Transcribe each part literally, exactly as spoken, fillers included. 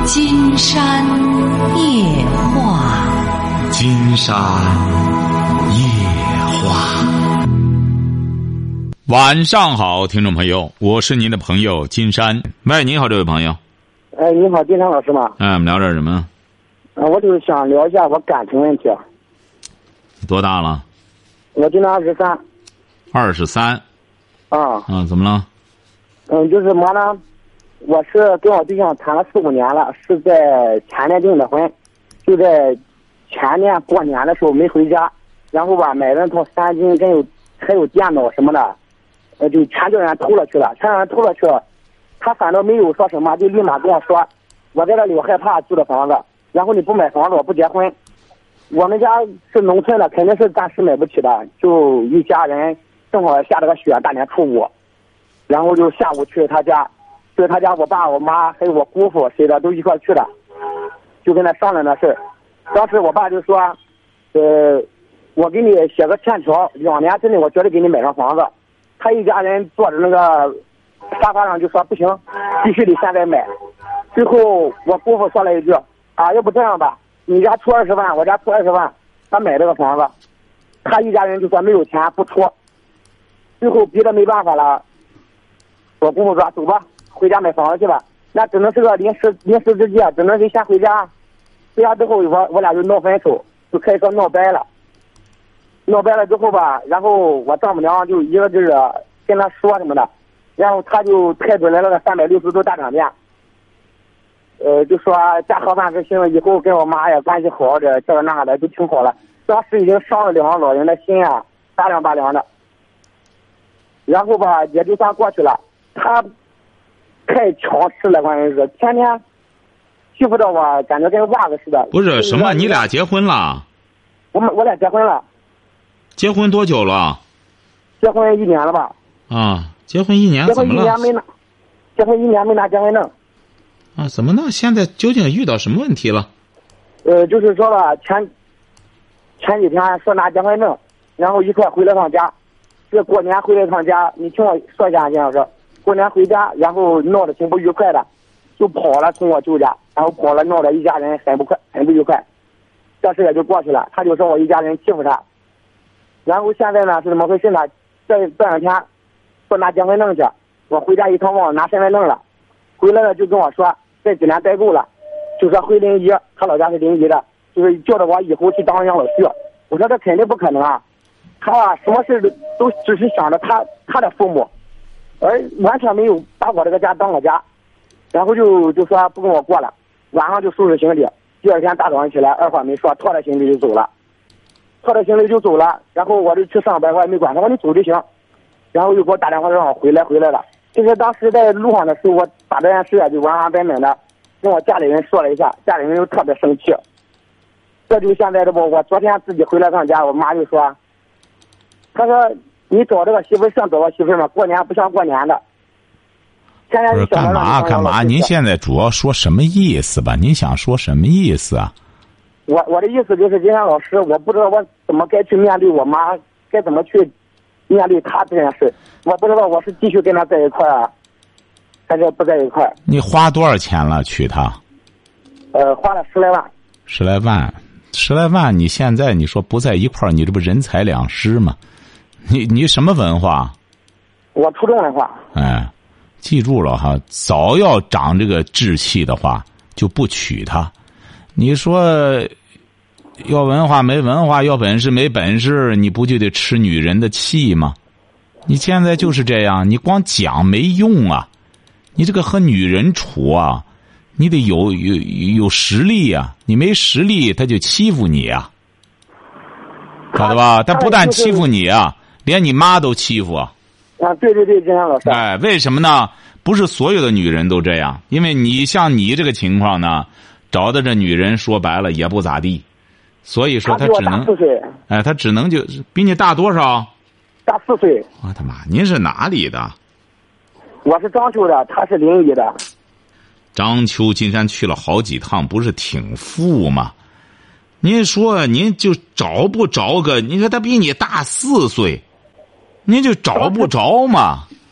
金山夜话， 金山夜话。 晚上好，听众朋友，我是您的朋友金山。喂，你好，这位朋友。 哎，你好，金山老师吗？ 哎，我们聊点什么？ 啊，我就是想聊一下我感情问题。 多大了？ 我今年二十三。 二十三。 啊。 啊，怎么了？ 嗯，就是么呢？我是跟我对象谈了四五年了，是在前年订的婚，就在前年过年的时候没回家，然后吧买了套三金，跟有还有电脑什么的，呃，就全叫人偷了去了，全让人偷了去了。他反倒没有说什么，就立马跟我说，我在这里我害怕租的房子，然后你不买房子我不结婚。我们家是农村的，肯定是暂时买不起的，就一家人正好下了个雪，大年初五，然后就下午去他家。去他家，我爸、我妈还有我姑父谁的都一块去的，就跟他商量那事儿。当时我爸就说：“呃，我给你写个欠条，两年之内我绝对给你买上房子。”他一家人坐着那个沙发上就说：“不行，必须得现在买。”最后我姑父说了一句：“啊，要不这样吧，你家出二十万，我家出二十万，他买这个房子。”他一家人就说没有钱不出。最后逼得没办法了，我姑父说：“走吧。”回家买房子去吧，那只能是个临时临时之计，只能是先回家。回家之后，我我俩就闹分手，就可以说闹掰了。闹掰了之后吧，然后我丈母娘就一个劲儿跟他说什么的，然后他就派出来了个三百六十度大转变。呃，就说家和万事兴，以后跟我妈也关系好的，这个那的就挺好了。当时已经伤了两个老人的心啊，拔凉拔凉的。然后吧，也就算过去了。他太强势了，关键是天天欺负着我，感觉跟袜子似的。 不是什么，你俩结婚了？ 我们我俩结婚了。 结婚多久了？ 结婚一年了吧？ 啊，结婚一年怎么了？ 结婚一年没拿，结婚一年没拿结婚证。 啊，怎么呢？现在究竟遇到什么问题了？ 呃，就是说了前前几天说拿结婚证，然后一块回了趟家。这过年回了趟家，你听我说一下，金老师。过年回家，然后闹得挺不愉快的，就跑了从我舅家，然后跑了闹得一家人很不快，很不愉快。这事也就过去了，他就说我一家人欺负他。然后现在呢是怎么回事呢？这这两天说拿结婚证去，我回家一趟忘了拿身份证了，回来了就跟我说这几年待够了，就说回临沂，他老家是临沂的，就是叫着我以后去当养老婿。我说这肯定不可能啊，他啊什么事都只是想着他他的父母。而完全没有把我这个家当我家，然后就就说不跟我过了，晚上就收拾行李，第二天大早上起来二话没说，拖着行李就走了，拖着行李就走了，然后我就去上班，我也没管他，我说你走就行，然后又给我打电话让我回来回来了。就是当时在路上的时候，我把这件事啊就完完本本的跟我家里人说了一下，家里人就特别生气。这就现在这不，我昨天自己回来上家，我妈就说，她说。你找这个媳妇像找个媳妇吗？过年不像过年的。天天不是干嘛干嘛？您现在主要说什么意思吧？您想说什么意思啊？ 我我的意思就是，金山老师，我不知道我怎么该去面对我妈，该怎么去面对她这件事。我不知道我是继续跟她在一块儿，还是不在一块儿。 你花多少钱了娶她？ 呃，花了十来万。 十来万，十来万！你现在你说不在一块儿，你这不人财两失吗？你你什么文化？ 我初中文化。 哎，记住了哈，早要长这个志气的话，就不娶她。你说要文化没文化，要本事没本事，你不就得吃女人的气吗？你现在就是这样，你光讲没用啊！你这个和女人处啊，你得有有有实力啊！你没实力，他就欺负你啊，晓得吧？他不但欺负你啊。连你妈都欺负啊！ 啊，对对对，金山老师。 哎，为什么呢？不是所有的女人都这样，因为你像你这个情况呢，找的这女人说白了也不咋地，所以说他只能，哎，他只能就比你大多少？ 大四岁。 我他妈，您是哪里的？ 我是章丘的，他是临沂的。 章丘金山去了好几趟，不是挺富吗？您说您就找不着个？你说他比你大四岁。您就找不着嘛？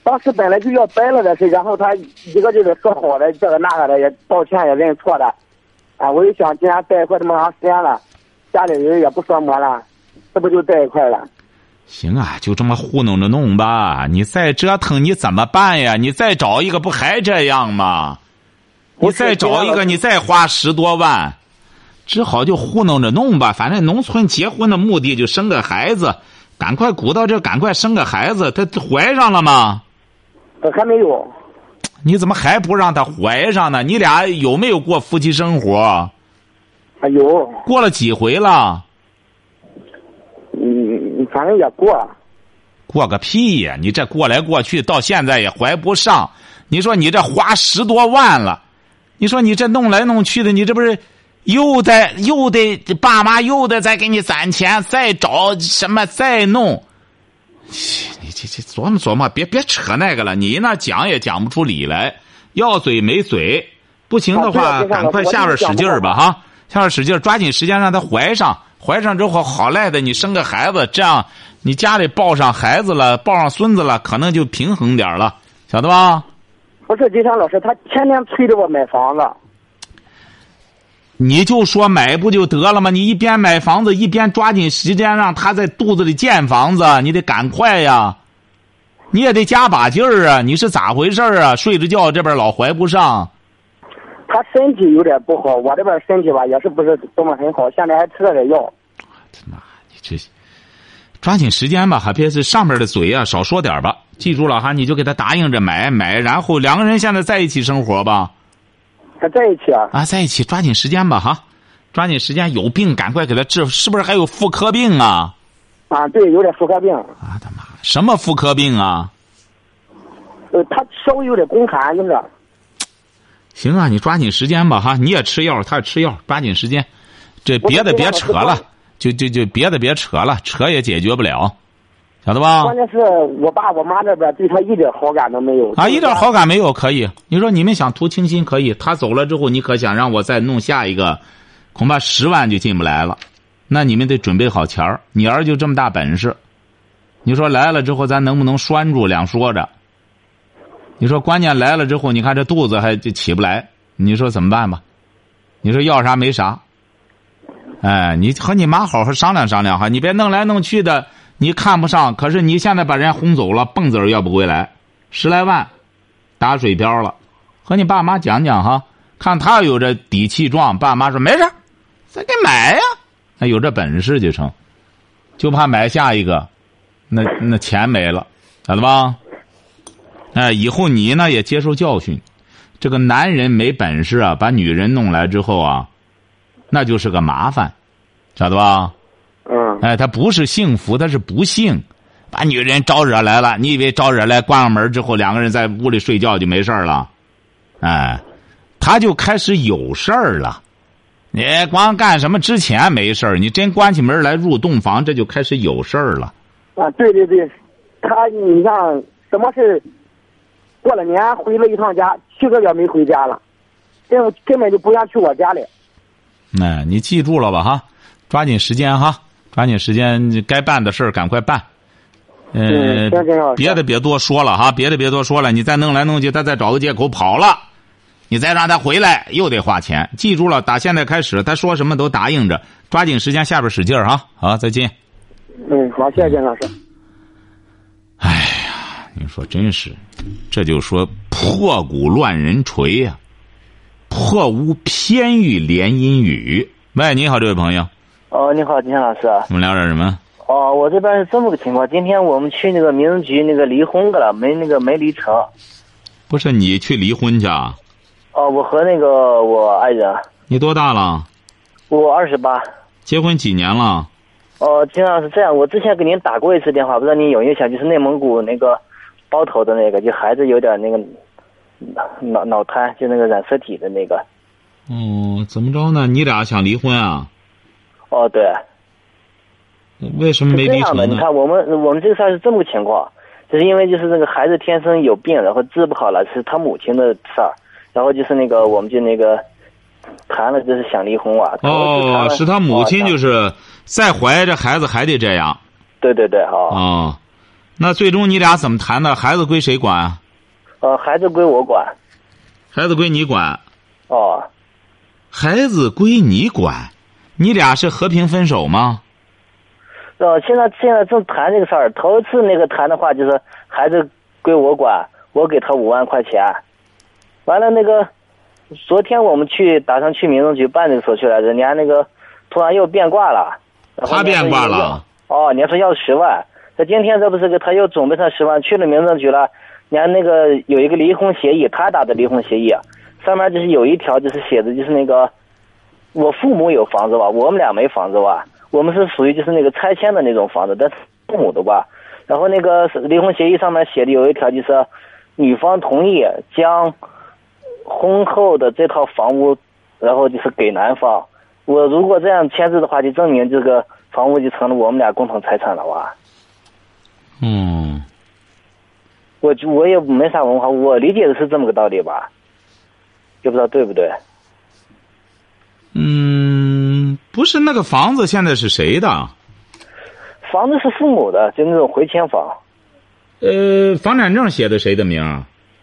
当时本来就要掰了的事，然后他一个就是说好的，这个那个的也道歉也认错的，啊，我就想既然在一块这么长时间了，家里人也不说么了，这不就在一块了？ 行啊，就这么糊弄着弄吧。你再折腾你怎么办呀？你再找一个不还这样吗？你再找一个，你再花十多万，只好就糊弄着弄吧。反正农村结婚的目的就生个孩子，赶快鼓到这，赶快生个孩子。他怀上了吗？ 还没有。 你怎么还不让他怀上呢？你俩有没有过夫妻生活？ 啊，有。 过了几回了？ 嗯，反正也过。 过个屁呀！你这过来过去，到现在也怀不上。你说你这花十多万了，你说你这弄来弄去的，你这不是又得又得爸妈又得再给你攒钱，再找什么再弄。你这这琢磨琢磨，别别扯那个了。你那讲也讲不出理来，要嘴没嘴。不行的话，赶快下边使劲儿吧哈！下边使劲儿，抓紧时间让他怀上。怀上之后，好赖的你生个孩子，这样你家里抱上孩子了，抱上孙子了，可能就平衡点了，晓得吧？ 不是金山老师，他天天催着我买房子。 你就说买不就得了吗？你一边买房子，一边抓紧时间让他在肚子里建房子，你得赶快呀！你也得加把劲儿啊！你是咋回事啊？睡着觉这边老怀不上。 他身体有点不好，我这边身体吧也是不是多么很好，现在还吃了点药。 妈，你这抓紧时间吧，还别是上面的嘴啊，少说点吧。记住了哈，你就给他答应着买买，然后两个人现在在一起生活吧。 还在一起啊？ 啊，在一起，抓紧时间吧哈，抓紧时间，有病赶快给他治，是不是还有妇科病啊？ 啊，对，有点妇科病。 啊他妈，什么妇科病啊？ 呃，他稍微有点宫寒，就是。 行啊，你抓紧时间吧哈，你也吃药，他也吃药，抓紧时间。这别的别扯了，就就就别的别扯了，扯也解决不了，晓得吧？ 关键是我爸我妈这边对他一点好感都没有。 啊，一点好感没有可以。你说你们想图清新可以，他走了之后，你可想让我再弄下一个，恐怕十万就进不来了。那你们得准备好钱儿。你儿就这么大本事，你说来了之后咱能不能拴住两说着？你说关键来了之后，你看这肚子还就起不来，你说怎么办吧？你说要啥没啥。哎，你和你妈好好商量商量哈，你别弄来弄去的，你看不上，可是你现在把人家轰走了，蹦子儿要不回来，十来万打水漂了，和你爸妈讲讲哈，看他有这底气壮，爸妈说没事，咱给买呀，那有这本事就成，就怕买下一个，那那钱没了，晓得吧？哎，以后你呢也接受教训，这个男人没本事啊，把女人弄来之后啊，那就是个麻烦，晓得吧？ 嗯。 哎，他不是幸福，他是不幸，把女人招惹来了。你以为招惹来，关上门之后，两个人在屋里睡觉就没事了？哎，他就开始有事儿了。你光干什么之前没事儿，你真关起门来入洞房，这就开始有事儿了。 啊，对对对，他你像什么事？过了年回了一趟家，七个月没回家了，根本根本就不愿去我家里。 哎，你记住了吧哈，抓紧时间哈，抓紧时间，该办的事儿赶快办。呃， 嗯、 别的别多说了哈，别的别多说了，你再弄来弄去，他再找个借口跑了，你再让他回来又得花钱。记住了，打现在开始，他说什么都答应着，抓紧时间下边使劲儿哈。好，再见。 嗯，好，谢谢金老师。 哎呀，你说真是，这就说破鼓乱人锤呀、啊，破屋偏遇连阴雨。喂，你好，这位朋友。 哦，你好，金山老师。 我们聊点什么？ 哦，我这边是这么个情况，今天我们去那个民政局那个离婚的了，没那个没离成。 不是你去离婚去啊？ 哦，我和那个我爱人。 你多大了？ 我二十八。 结婚几年了？ 哦，金山老师，这样，我之前给您打过一次电话，不知道您有印象，就是内蒙古那个包头的那个，就孩子有点那个脑脑瘫，就那个染色体的那个。 哦，怎么着呢？你俩想离婚啊？ 哦，对。 为什么没离成呢？ 是这样的，你看我们我们这个事儿是这么个情况，就是因为就是那个孩子天生有病，然后治不好了，是他母亲的事儿，然后就是那个我们就那个谈了，就是想离婚啊。 哦，是他母亲，就是再怀这孩子还得这样。 对对对，哦。 哦， 那最终你俩怎么谈的？孩子归谁管啊？ 呃，孩子归我管。 孩子归你管。 哦。 孩子归你管，你俩是和平分手吗？ 呃，现在现在正谈这个事儿。头一次那个谈的话，就是孩子归我管，我给他五万块钱。完了那个，昨天我们去打算去民政局办这个手续来着，人家那个突然又变卦了。 他变卦了。 哦，人家说要十万。这今天这不是个他又准备上十万，去了民政局了。人家那个有一个离婚协议，他打的离婚协议，上面就是有一条就是写的就是那个，我父母有房子吧，我们俩没房子吧，我们是属于就是那个拆迁的那种房子，但是父母的吧。然后那个离婚协议上面写的有一条就是，女方同意将婚后的这套房屋，然后就是给男方。我如果这样签字的话，就证明这个房屋就成了我们俩共同财产了吧。 嗯。 我我也没啥文化，我理解的是这么个道理吧，也不知道对不对。 嗯，不是那个房子现在是谁的？ 房子是父母的，就那种回迁房。 呃，房产证写的谁的名？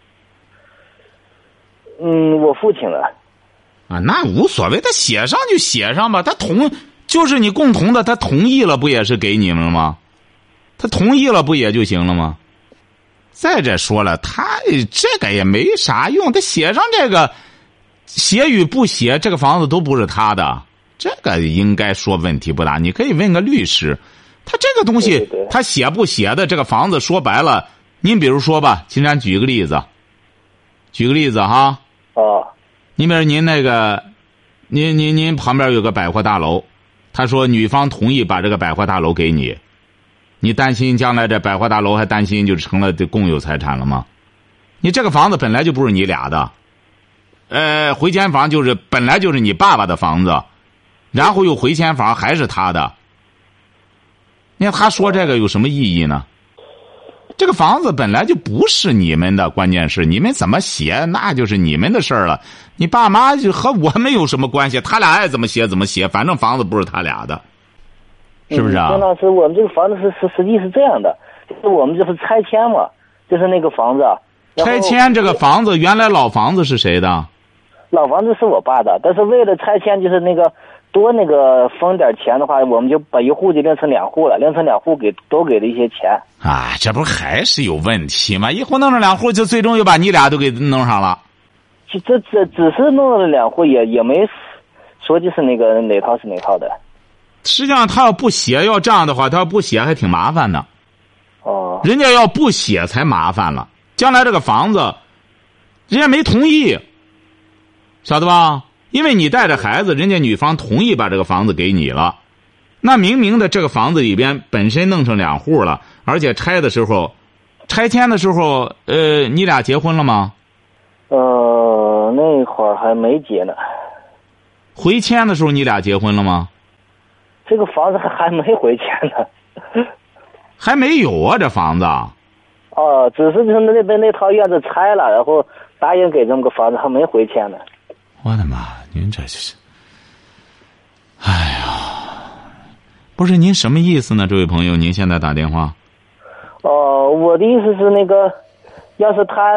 嗯，我父亲的。 啊，那无所谓，他写上就写上吧，他同就是你共同的，他同意了不也是给你们了吗？他同意了不也就行了吗？再者说了，他这个也没啥用，他写上这个写与不写，这个房子都不是他的，这个应该说问题不大。你可以问个律师，他这个东西他写不写的，这个房子说白了，您比如说吧，金山举个例子，举个例子哈。 哦。 你比如您那个，您您您旁边有个百货大楼，他说女方同意把这个百货大楼给你。你担心将来这百货大楼还担心就成了共有财产了吗？你这个房子本来就不是你俩的，呃，回迁房就是本来就是你爸爸的房子，然后又回迁房还是他的。你看他说这个有什么意义呢？这个房子本来就不是你们的，关键是你们怎么写那就是你们的事儿了。你爸妈就和我们有什么关系？他俩爱怎么写怎么写，反正房子不是他俩的。是不是啊？ 孙老师，我们这个房子是是实际是这样的，就是我们就是拆迁嘛，就是那个房子。 拆迁这个房子原来老房子是谁的？ 老房子是我爸的，但是为了拆迁，就是那个多那个分点钱的话，我们就把一户就另成两户了，另成两户给多给了一些钱。 啊，这不还是有问题吗？一户弄成两户，就最终又把你俩都给弄上了。 就这这只是弄了两户，也也没说就是那个哪套是哪套的。 实际上他要不写，要这样的话他要不写还挺麻烦的。 哦。 人家要不写才麻烦了，将来这个房子人家没同意，晓得吧？因为你带着孩子，人家女方同意把这个房子给你了，那明明的这个房子里边本身弄成两户了，而且拆的时候拆迁的时候呃，你俩结婚了吗？ 呃，那会儿还没结呢。 回迁的时候你俩结婚了吗？ 这个房子还还没回迁呢。 还没有啊，这房子。 哦，只是就是那边那套院子拆了，然后答应给这么个房子，还没回迁呢。 我的妈，您这是，哎呀，不是您什么意思呢？这位朋友，您现在打电话。 哦，我的意思是那个，要是他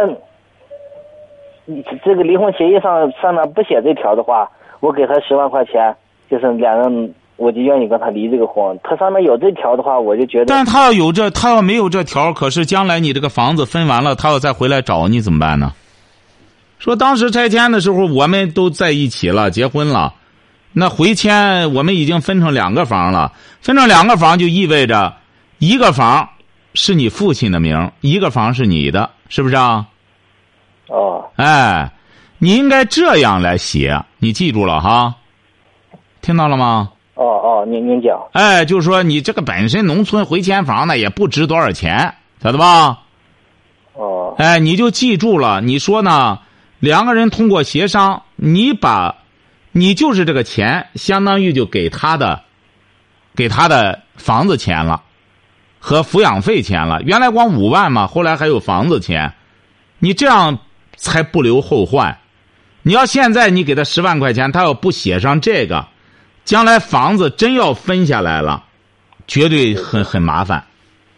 这个离婚协议上上面不写这条的话，我给他十万块钱，就是两人。我就愿意跟他离这个婚。他上面有这条的话，我就觉得。 但是他要有这，他要没有这条，可是将来你这个房子分完了，他要再回来找你怎么办呢？说当时拆迁的时候我们都在一起了，结婚了，那回迁我们已经分成两个房了，分成两个房就意味着一个房是你父亲的名，一个房是你的，是不是啊？ 哦。 哎，你应该这样来写，你记住了哈？听到了吗？ 哦哦，您您讲。 哎，就是说你这个本身农村回迁房呢也不值多少钱，晓得吧？ 哦。 哎，你就记住了，你说呢？两个人通过协商，你把，你就是这个钱，相当于就给他的，给他的房子钱了，和抚养费钱了。原来光五万嘛，后来还有房子钱，你这样才不留后患。你要现在你给他十万块钱，他要不写上这个。将来房子真要分下来了，绝对很很麻烦。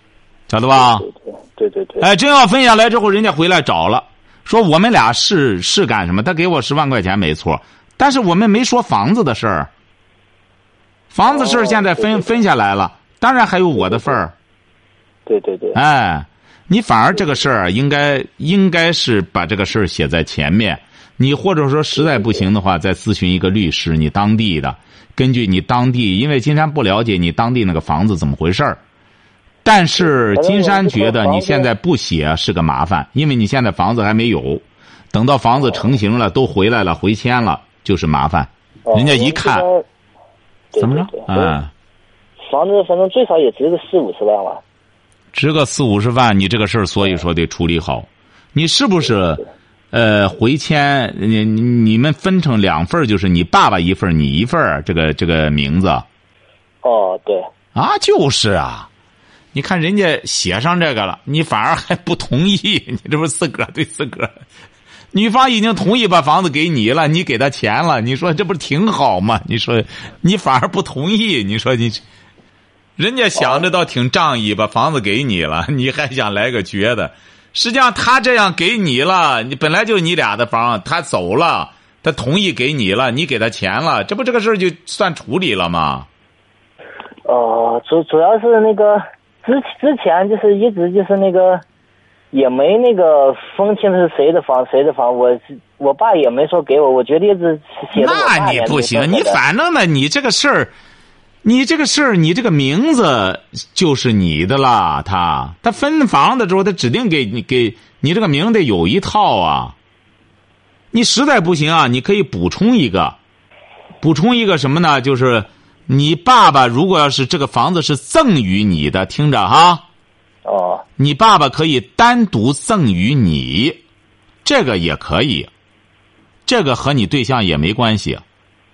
晓得吧？ 对对对对对。 哎，真要分下来之后，人家回来找了，说我们俩是是干什么？他给我十万块钱没错，但是我们没说房子的事儿。房子事儿现在分、哦、分下来了，当然还有我的份儿。 对对对。 哎，你反而这个事儿应该应该是把这个事儿写在前面。你或者说实在不行的话，再咨询一个律师，你当地的，根据你当地，因为金山不了解你当地那个房子怎么回事儿，但是金山觉得你现在不写是个麻烦，因为你现在房子还没有，等到房子成型了，都回来了，回迁了，就是麻烦。人家一看，怎么着？嗯， 房子反正最少也值个四五十万吧。 值个四五十万，你这个事儿所以说得处理好。你是不是？呃，回迁，你你们分成两份，就是你爸爸一份，你一份，这个这个名字。 哦，对。 啊，就是啊，你看人家写上这个了，你反而还不同意，你这不是四个对四个？女方已经同意把房子给你了，你给他钱了，你说这不是挺好吗？你说你反而不同意，你说你，人家想着倒挺仗义，把房子给你了，你还想来个绝的？实际上他这样给你了，你本来就你俩的房，他走了，他同意给你了，你给他钱了，这不这个事儿就算处理了吗？ 哦、呃，主主要是那个之之前就是一直就是那个也没那个分清是谁的房谁的房，我我爸也没说给我，我觉得一直写的我爸那你不行，你反正呢，你这个事儿。你这个事儿，你这个名字就是你的啦。他他分房的时候，他指定给你给你这个名得有一套啊。你实在不行啊，你可以补充一个，补充一个什么呢？就是你爸爸如果要是这个房子是赠与你的，听着哈。 哦。 你爸爸可以单独赠与你，这个也可以，这个和你对象也没关系。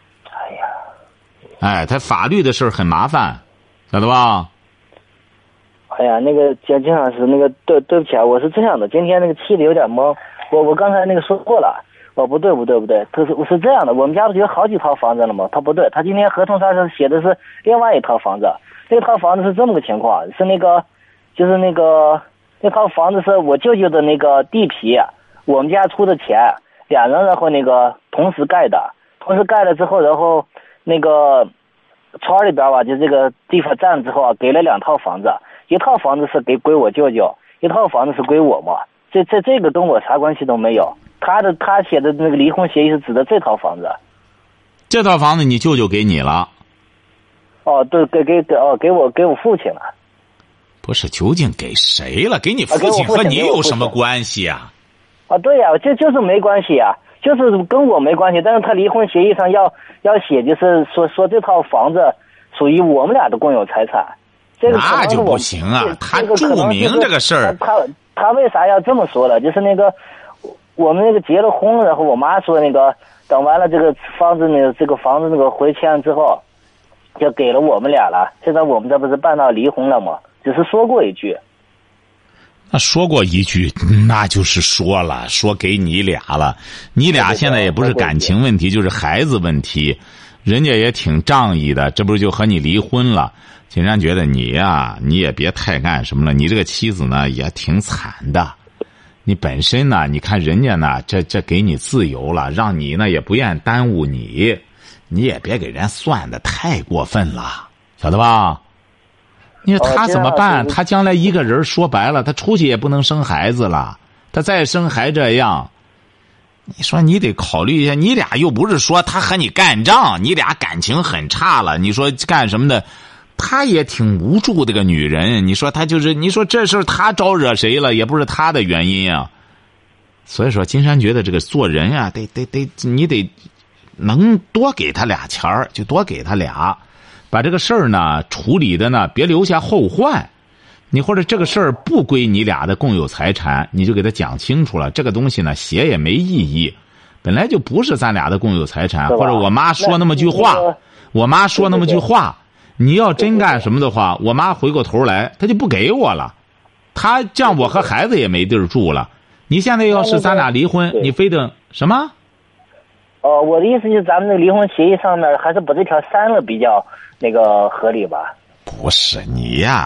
哎，他法律的事儿很麻烦，晓得吧？ 哎呀，那个经经常是那个对对不起啊，我是这样的，今天那个气的有点懵。我我刚才那个说过了，哦不对不对不对，他是我是这样的，我们家不是有好几套房子了吗？他不对，他今天合同上是写的是另外一套房子，那套房子是这么个情况，是那个就是那个那套房子是我舅舅的那个地皮，我们家出的钱，两人然后那个同时盖的，同时盖了之后，然后。那个村里边吧，就这个地方占之后啊，给了两套房子，一套房子是给归我舅舅，一套房子是归我嘛。这这这个跟我啥关系都没有。他的他写的那个离婚协议是指的这套房子。 这套房子你舅舅给你了？ 哦，对，给给给哦，给我给我父亲了。 不是，究竟给谁了？给你父亲和你有什么关系啊？ 啊，对呀、啊，就就是没关系啊。就是跟我没关系，但是他离婚协议上要要写，就是说说这套房子属于我们俩的共有财产。这个那就不行啊！他注明这个事儿， 他他为啥要这么说了？就是那个我们那个结了婚，然后我妈说那个等完了这个房子那个这个房子那个回迁之后，就给了我们俩了。现在我们这不是办到离婚了吗？只是说过一句。 那说过一句，那就是说了，说给你俩了。你俩现在也不是感情问题，就是孩子问题。人家也挺仗义的，这不是就和你离婚了？金山觉得你呀，你也别太干什么了。你这个妻子呢，也挺惨的。你本身呢，你看人家呢，这这给你自由了，让你呢也不愿耽误你，你也别给人算的太过分了，晓得吧？你说他怎么办？他将来一个人说白了，他出去也不能生孩子了，他再生还这样。你说你得考虑一下，你俩又不是说他和你干仗，你俩感情很差了，你说干什么的？他也挺无助的个女人，你说他就是，你说这事儿他招惹谁了，也不是他的原因啊。所以说，金山觉得这个做人呀、啊，得得得，你得能多给他俩钱儿，就多给他俩。把这个事儿呢处理的呢，别留下后患。你或者这个事儿不归你俩的共有财产，你就给他讲清楚了。这个东西呢写也没意义，本来就不是咱俩的共有财产。或者我妈说那么句话，我妈说那么句话，你要真干什么的话，我妈回过头来，她就不给我了。她这样我和孩子也没地儿住了。你现在要是咱俩离婚，你非得什么？ 哦，我的意思就是咱们那个离婚协议上面还是把这条删了比较那个合理吧？ 不是你呀，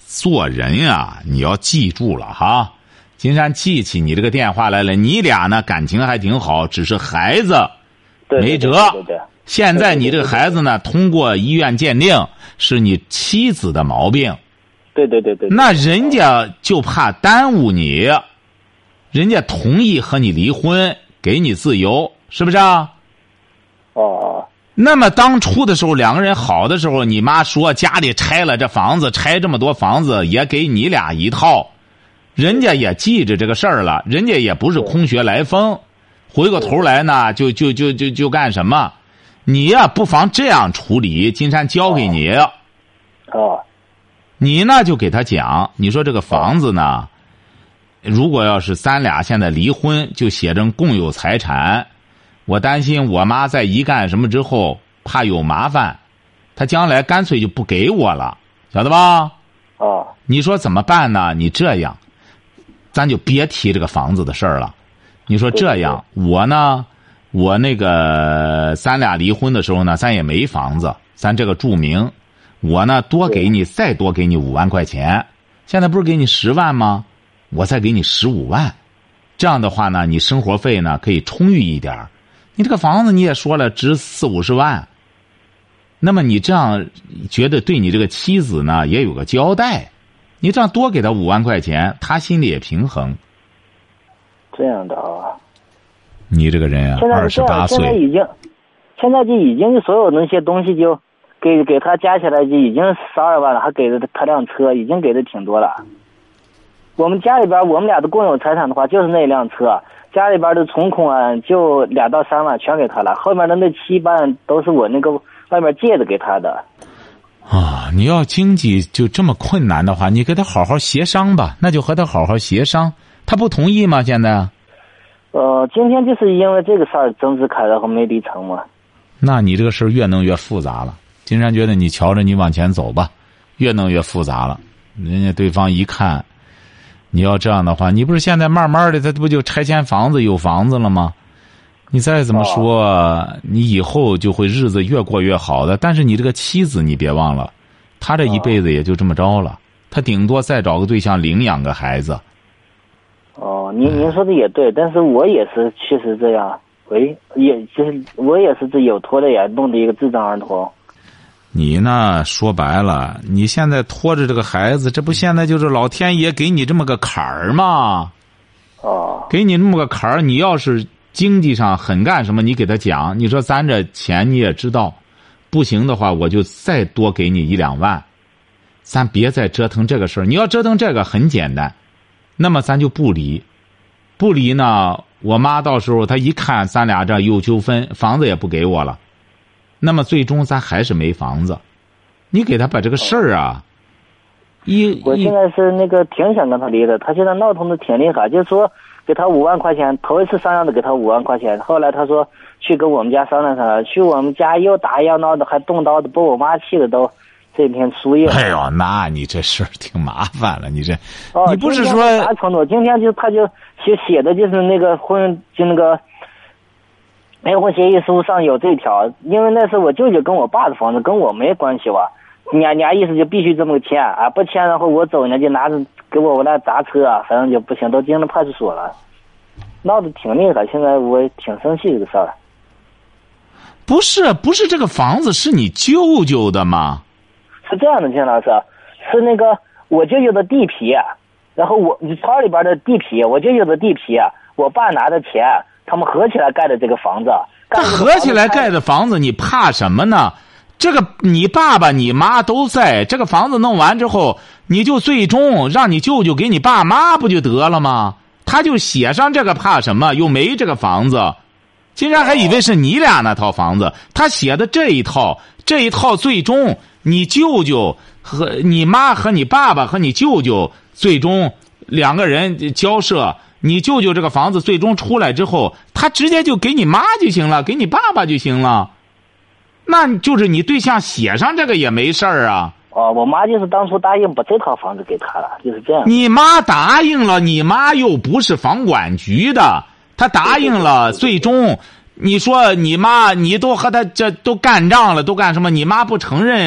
做人啊，你要记住了哈。金山记起你这个电话来了，你俩呢感情还挺好，只是孩子没辙。 对对对对对， 现在你这个孩子呢，通过医院鉴定是你妻子的毛病。 对对对对。 那人家就怕耽误你，人家同意和你离婚，给你自由，是不是啊？ 哦。 那么当初的时候，两个人好的时候，你妈说家里拆了这房子，拆这么多房子也给你俩一套，人家也记着这个事儿了，人家也不是空穴来风，回过头来呢，就就就就就干什么？你呀、啊，不妨这样处理。金山教给你。 哦。 你呢就给他讲，你说这个房子呢，如果要是咱俩现在离婚，就写成共有财产。我担心我妈在一干什么之后，怕有麻烦，她将来干脆就不给我了，晓得吧？ 哦。 你说怎么办呢？你这样，咱就别提这个房子的事儿了。你说这样， 对对对， 我呢，我那个咱俩离婚的时候呢，咱也没房子，咱这个注明，我呢多给你，再多给你五万块钱。现在不是给你十万吗？我再给你十五万，这样的话呢，你生活费呢可以充裕一点。你这个房子你也说了值四五十万，那么你这样觉得对你这个妻子呢也有个交代，你这样多给他五万块钱，他心里也平衡。 这样的啊。 你这个人啊，二十八岁， 现在已经，现在就已经所有那些东西就给给他加起来就已经十二万了，还给了他辆车，已经给的挺多了。我们家里边我们俩的共有财产的话，就是那辆车。家里边的存款啊，就两到三万全给他了，后面的那七万都是我那个外面借的给他的。 啊，你要经济就这么困难的话，你给他好好协商吧，那就和他好好协商。他不同意吗？现在？ 呃，今天就是因为这个事儿争执开，然后没离成嘛。 那你这个事儿越弄越复杂了。金山觉得你瞧着你往前走吧，越弄越复杂了。人家对方一看。你要这样的话，你不是现在慢慢的他不就拆迁房子有房子了吗？你再怎么说、哦、你以后就会日子越过越好的。但是你这个妻子你别忘了，他这一辈子也就这么着了，他顶多再找个对象领养个孩子。 哦，您您说的也对，但是我也是确实这样，喂，也就是我也是这有拖着也弄的一个智障儿童。 你呢？说白了，你现在拖着这个孩子，这不现在就是老天爷给你这么个坎儿吗？ 哦， 给你这么个坎儿，你要是经济上很干什么，你给他讲，你说咱这钱你也知道，不行的话，我就再多给你一两万，咱别再折腾这个事儿。你要折腾这个很简单，那么咱就不离，不离呢，我妈到时候她一看咱俩这有纠纷，房子也不给我了。那么最终咱还是没房子，你给他把这个事儿啊，一我现在是那个挺想跟他离的，他现在闹腾的挺厉害，就是说给他五万块钱，头一次商量的给他五万块钱，后来他说去跟我们家商量商量，去我们家又打又闹的，还动刀的，把我妈气的都这片输液。 哎呦，那你这事儿挺麻烦了，你这， 哦、 你不是说啥程度？今天就他就写写的就是那个婚就那个。离婚协议书上有这条，因为那是我舅舅跟我爸的房子，跟我没关系吧。人家人家意思就必须这么签啊，不签然后我走，人家就拿着给我我那砸车啊，反正就不行，都进了派出所了，闹得挺厉害。现在我挺生气这个事儿。 不是不是这个房子是你舅舅的吗？ 是这样的，金老师，是那个我舅舅的地皮，然后我村里边的地皮，我舅舅的地皮，我爸拿的钱。他们合起来盖的这个房子， 他合起来盖的房子，你怕什么呢？这个你爸爸、你妈都在，这个房子弄完之后，你就最终让你舅舅给你爸妈不就得了吗？他就写上这个，怕什么？又没这个房子，竟然还以为是你俩那套房子。他写的这一套，这一套最终你舅舅和你妈和你爸爸和你舅舅最终两个人交涉。你舅舅这个房子最终出来之后，他直接就给你妈就行了，给你爸爸就行了，那就是你对象写上这个也没事儿啊。 哦，我妈就是当初答应把这套房子给他了，就是这样。 你妈答应了，你妈又不是房管局的，她答应了，最终你说你妈你都和她这都干仗了，都干什么？你妈不承认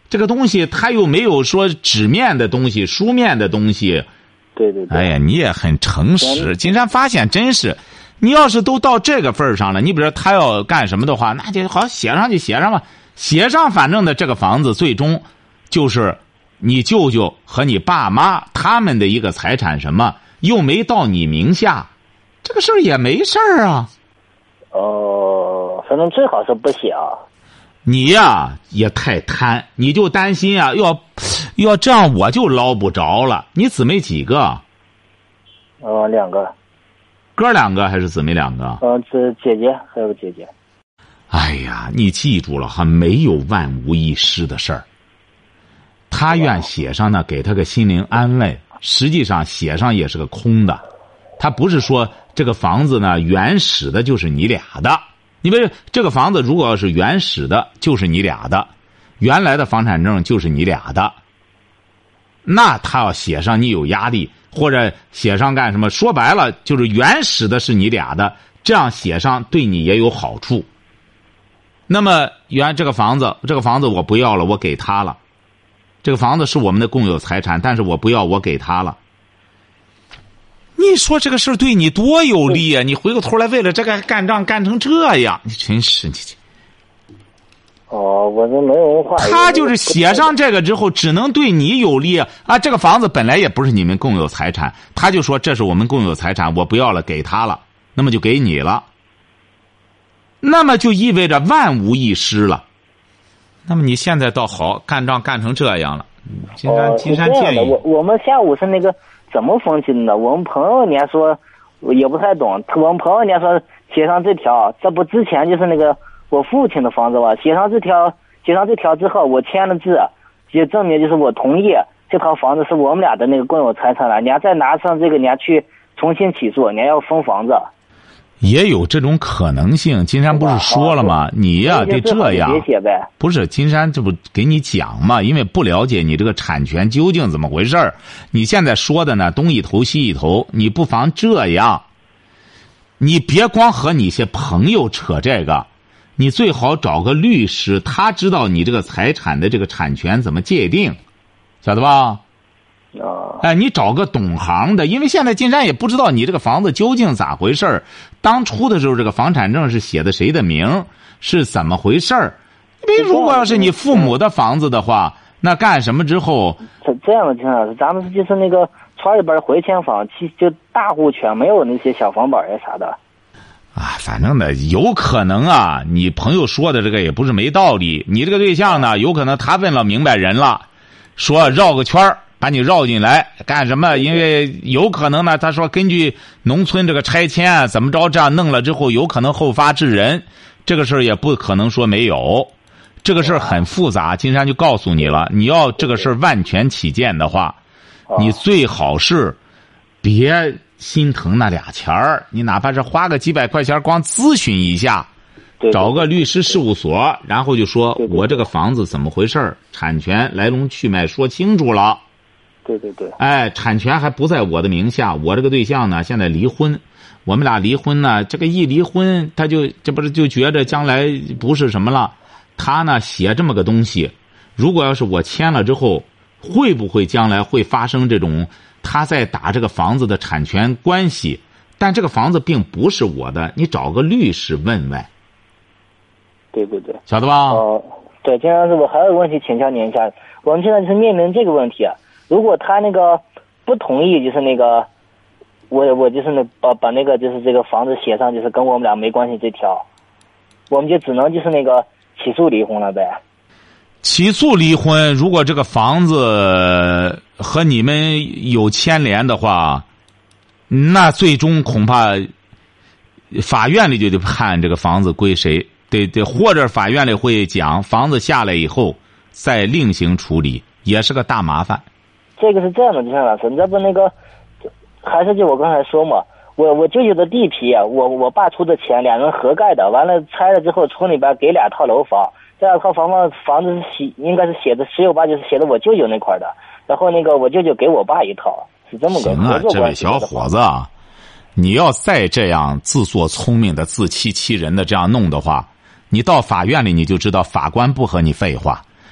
这个东西他又没有说纸面的东西、书面的东西。 对对对。 哎呀，你也很诚实。金山发现真是，你要是都到这个份儿上了，你比如说他要干什么的话，那就好写上就写上吧，写上反正的这个房子最终就是你舅舅和你爸妈他们的一个财产，什么又没到你名下，这个事儿也没事儿啊。 哦，反正最好是不写啊。 你呀、啊、也太贪，你就担心啊，要要这样我就捞不着了。你姊妹几个？ 呃，两个。 哥两个还是姊妹两个？ 呃，这姐姐还有个姐姐。 哎呀，你记住了哈，没有万无一失的事儿。他愿写上呢，给他个心灵安慰。实际上写上也是个空的，他不是说这个房子呢原始的就是你俩的。你比如这个房子如果要是原始的，就是你俩的，原来的房产证就是你俩的，那他要写上你有压力，或者写上干什么？说白了就是原始的是你俩的，这样写上对你也有好处。那么原这个房子，这个房子我不要了，我给他了。这个房子是我们的共有财产，但是我不要，我给他了。你说这个事儿对你多有利啊！你回过头来为了这个干仗干成这样，你真是你。 哦，我这没文化。 他就是写上这个之后，只能对你有利啊！啊，这个房子本来也不是你们共有财产，他就说这是我们共有财产，我不要了，给他了，那么就给你了。那么就意味着万无一失了。那么你现在倒好，干仗干成这样了。金山，金山建议我我们下午是那个怎么分析的呢？我们朋友人家说也不太懂，我们朋友人家说写上这条，这不之前就是那个我父亲的房子吧？写上这条，写上这条之后，我签了字，就证明就是我同意这套房子是我们俩的那个共有财产了。人家再拿上这个，人家去重新起诉，人家要分房子。 也有这种可能性，金山不是说了吗？你呀、啊、得这样，不是金山这不给你讲嘛？因为不了解你这个产权究竟怎么回事儿，你现在说的呢东一头西一头，你不妨这样，你别光和你些朋友扯这个，你最好找个律师，他知道你这个财产的这个产权怎么界定，晓得吧？哎，你找个懂行的，因为现在金山也不知道你这个房子究竟咋回事儿。当初的时候，这个房产证是写的谁的名，是怎么回事儿？因为如果要是你父母的房子的话，那干什么之后？ 这这样的金老师，咱们就是那个村里边回迁房，其就大户全没有那些小房板呀啥的。 啊，反正呢，有可能啊，你朋友说的这个也不是没道理。你这个对象呢，有可能他问了明白人了，说绕个圈儿。把你绕进来干什么？因为有可能呢，他说根据农村这个拆迁啊，怎么着这样弄了之后，有可能后发制人，这个事儿也不可能说没有，这个事儿很复杂。金山就告诉你了，你要这个事儿万全起见的话，你最好是别心疼那俩钱儿，你哪怕是花个几百块钱光咨询一下，找个律师事务所，然后就说我这个房子怎么回事，产权来龙去脉说清楚了。 对对对， 哎，产权还不在我的名下，我这个对象呢现在离婚，我们俩离婚呢，这个一离婚他就这不是就觉着将来不是什么了，他呢写这么个东西，如果要是我签了之后，会不会将来会发生这种他在打这个房子的产权关系？但这个房子并不是我的，你找个律师问问。 对对对， 晓得吧？ 哦、呃，对，金老师，我还有个问题请教您一下，我们现在就是面临这个问题啊。如果他那个不同意，就是那个我我就是那把把那个就是这个房子写上，就是跟我们俩没关系这条，我们就只能就是那个起诉离婚了呗。 起诉离婚，如果这个房子和你们有牵连的话，那最终恐怕法院里就得判这个房子归谁，得得或者法院里会讲房子下来以后再另行处理，也是个大麻烦。 这个是这样的，金山老师，你这不那个，还是就我刚才说嘛，我我舅舅的地皮，我我爸出的钱，两人合盖的，完了拆了之后，村里边给两套楼房，这两套房房房子是写应该是写的十有八九是写的我舅舅那块的，然后那个我舅舅给我爸一套，是这么个合作关系。 这位小伙子啊，你要再这样自作聪明的自欺欺人的这样弄的话，你到法院里你就知道法官不和你废话。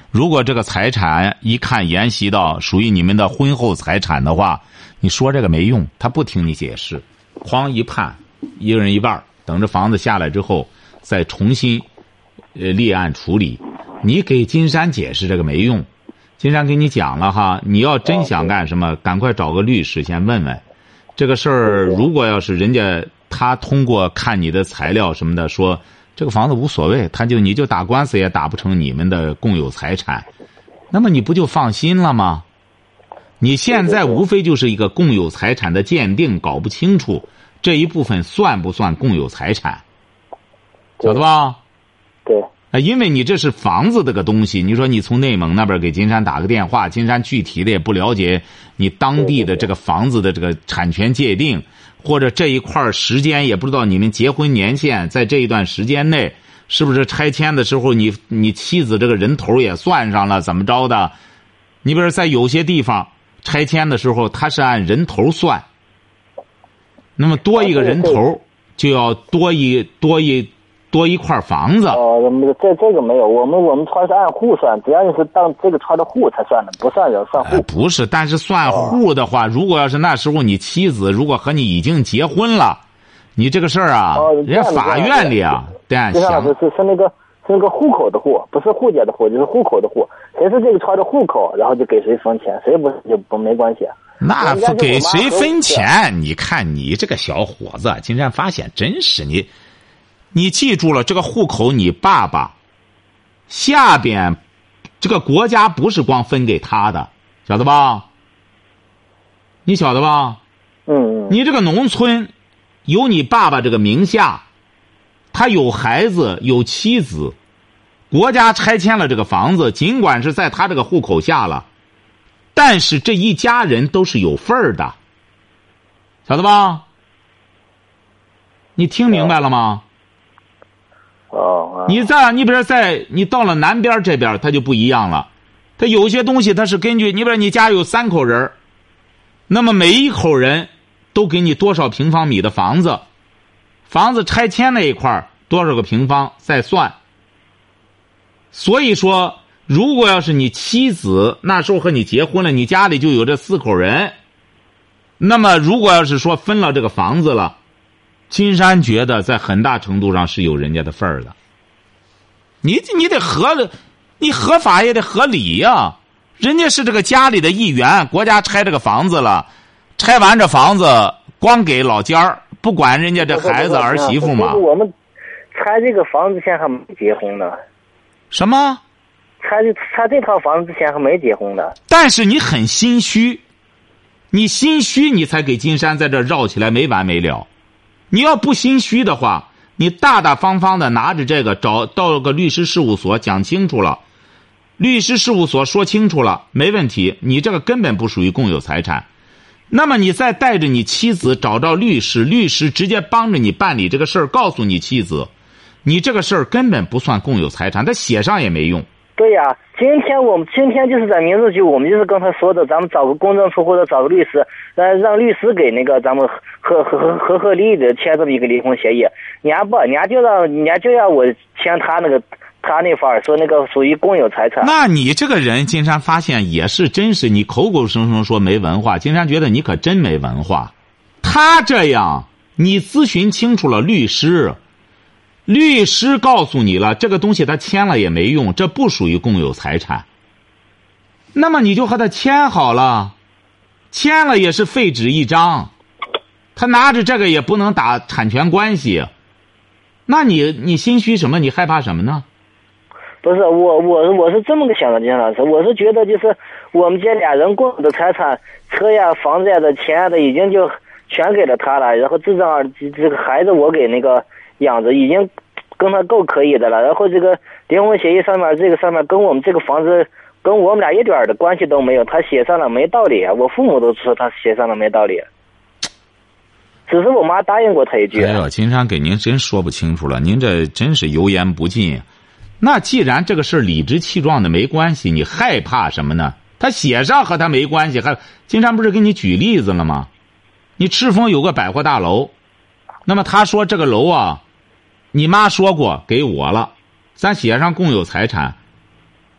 如果这个财产一看沿袭到属于你们的婚后财产的话，你说这个没用，他不听你解释，哐一判，一人一半，等着房子下来之后再重新呃立案处理。你给金山解释这个没用，金山给你讲了哈，你要真想干什么，赶快找个律师先问问这个事儿。如果要是人家他通过看你的材料什么的说这个房子无所谓，他就你就打官司也打不成你们的共有财产，那么你不就放心了吗？你现在无非就是一个共有财产的鉴定搞不清楚，这一部分算不算共有财产，晓得吧？ 对。 啊，因为你这是房子这个东西，你说你从内蒙那边给金山打个电话，金山具体的也不了解你当地的这个房子的这个产权界定，或者这一块时间也不知道你们结婚年限，在这一段时间内是不是拆迁的时候你你妻子这个人头也算上了，怎么着的？你比如在有些地方拆迁的时候他是按人头算，那么多一个人头就要多一多一多一块房子。 哦，这这个没有，我们我们船是按户算，只要你是当这个船的户才算的，不算人算户。 呃、不是，但是算户的话，哦，如果要是那时候你妻子如果和你已经结婚了，你这个事儿啊， 哦， 人家法院里啊，这样想是是是那个是那个户口的户，不是户籍的户，就是户口的户。谁是这个船的户口，然后就给谁分钱，谁不是就不没关系。 那不给谁分钱？你看你这个小伙子，金山发现真是你。你记住了，这个户口你爸爸下边这个国家不是光分给他的，晓得吧？你晓得吧？ 嗯嗯。 你这个农村有你爸爸这个名下，他有孩子有妻子，国家拆迁了这个房子，尽管是在他这个户口下了，但是这一家人都是有份儿的，晓得吧？你听明白了吗？ 哦， 你在你比如在你到了南边这边，它就不一样了。它有些东西它是根据你比如你家有三口人，那么每一口人都给你多少平方米的房子，房子拆迁那一块多少个平方再算。所以说，如果要是你妻子那时候和你结婚了，你家里就有这四口人，那么如果要是说分了这个房子了，金山觉得在很大程度上是有人家的份儿的。你你得合，你合法也得合理呀，啊。人家是这个家里的一员，国家拆这个房子了，拆完这房子光给老家儿，不管人家这孩子儿媳妇嘛。 我们拆这个房子之前还没结婚呢。 什么？ 拆这拆这套房子之前还没结婚呢。但是你很心虚，你心虚你才给金山在这绕起来没完没了。你要不心虚的话，你大大方方的拿着这个找到个律师事务所讲清楚了，律师事务所说清楚了，没问题，你这个根本不属于共有财产。那么你再带着你妻子找到律师，律师直接帮着你办理这个事儿，告诉你妻子，你这个事儿根本不算共有财产，他写上也没用。 对呀，今天我们今天就是在民政局，我们就是刚才说的，咱们找个公证处或者找个律师，呃，让律师给那个咱们合合合合合理的签这么一个离婚协议。人家不，人家就让人家就让我签他那个他那份儿，说那个属于公有财产。 那你这个人，金山发现也是真是，你口口声声说没文化，金山觉得你可真没文化。他这样，你咨询清楚了律师。律师告诉你了，这个东西他签了也没用，这不属于共有财产。那么你就和他签好了，签了也是废纸一张，他拿着这个也不能打产权关系。那你你心虚什么？你害怕什么呢？ 不是我我我是这么个想的，金老师，我是觉得就是我们这俩人共有的财产，车呀、房子呀的钱的已经就全给了他了，然后这张这个孩子我给那个。养着已经跟他够可以的了，然后这个离婚协议上面这个上面跟我们这个房子跟我们俩一点的关系都没有，他写上了没道理，我父母都说他写上了没道理，只是我妈答应过他一句。 哎呦，金山给您真说不清楚了，您这真是油盐不进。那既然这个事理直气壮的没关系，你害怕什么呢？他写上和他没关系，还金山不是给你举例子了吗？你赤峰有个百货大楼，那么他说这个楼啊。你妈说过给我了，咱写上共有财产，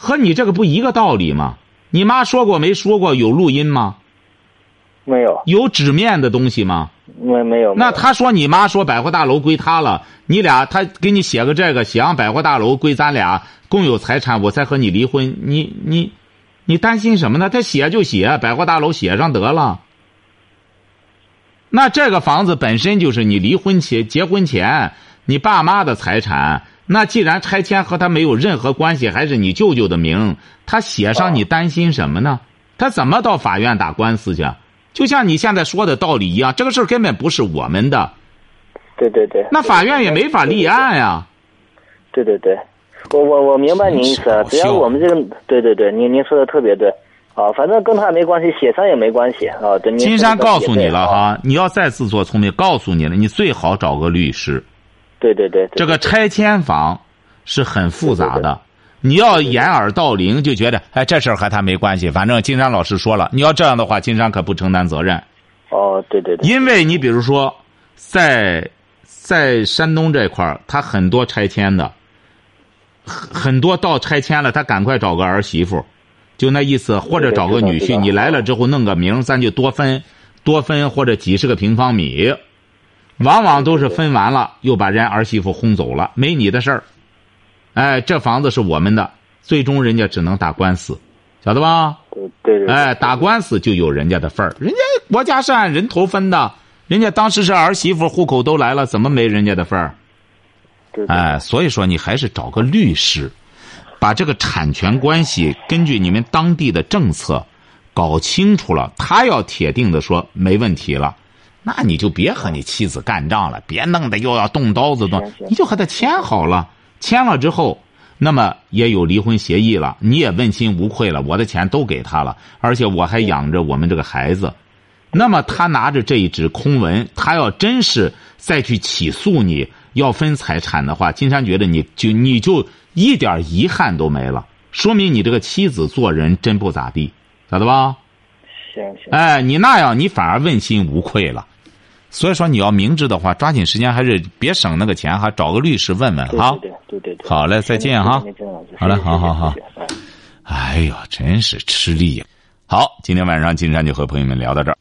和你这个不一个道理吗？你妈说过没说过？有录音吗？ 没有。 有纸面的东西吗？ 没没有。 那他说你妈说百货大楼归他了，你俩他给你写个这个，写上百货大楼归咱俩共有财产，我才和你离婚。你你你担心什么呢？他写就写，百货大楼写上得了。那这个房子本身就是你离婚前、结婚前你爸妈的财产。那既然拆迁和他没有任何关系，还是你舅舅的名，他写上你担心什么呢？他怎么到法院打官司去？就像你现在说的道理一样，这个事儿根本不是我们的。 对对对。 那法院也没法立案呀。 对对对，我我我明白您意思啊。只要我们这个，对对对，您您说的特别对。啊，反正跟他没关系，写上也没关系啊。对。 金山告诉你了哈，你要再自作聪明，告诉你了，你最好找个律师。 对对 对, 对, 对， 这个拆迁房是很复杂的，对对对，你要掩耳盗铃就觉得哎这事儿和他没关系，反正金山老师说了，你要这样的话，金山可不承担责任。 哦，对对对。 因为你比如说，在在山东这块儿，他很多拆迁的，很多到拆迁了，他赶快找个儿媳妇，就那意思，或者找个女婿，你来了之后弄个名，咱就多分多分或者几十个平方米。往往都是分完了，又把人儿媳妇轰走了，没你的事儿。哎，这房子是我们的，最终人家只能打官司，晓得吧？ 对对对。 哎，打官司就有人家的份儿，人家国家是按人头分的，人家当时是儿媳妇，户口都来了，怎么没人家的份儿？ 对对。 哎，所以说你还是找个律师，把这个产权关系根据你们当地的政策搞清楚了，他要铁定的说没问题了。那你就别和你妻子干仗了，别弄得又要动刀子动，你就和他签好了，签了之后，那么也有离婚协议了，你也问心无愧了，我的钱都给他了，而且我还养着我们这个孩子。那么他拿着这一纸空文，他要真是再去起诉你要分财产的话，金山觉得你就你就一点遗憾都没了，说明你这个妻子做人真不咋地，晓得吧？ 行行。 哎，你那样你反而问心无愧了。所以说你要明智的话，抓紧时间还是别省那个钱哈，找个律师问问哈。 对对对对。 好嘞，再见哈。好嘞，好好好。哎呦，真是吃力。好，今天晚上金山就和朋友们聊到这儿。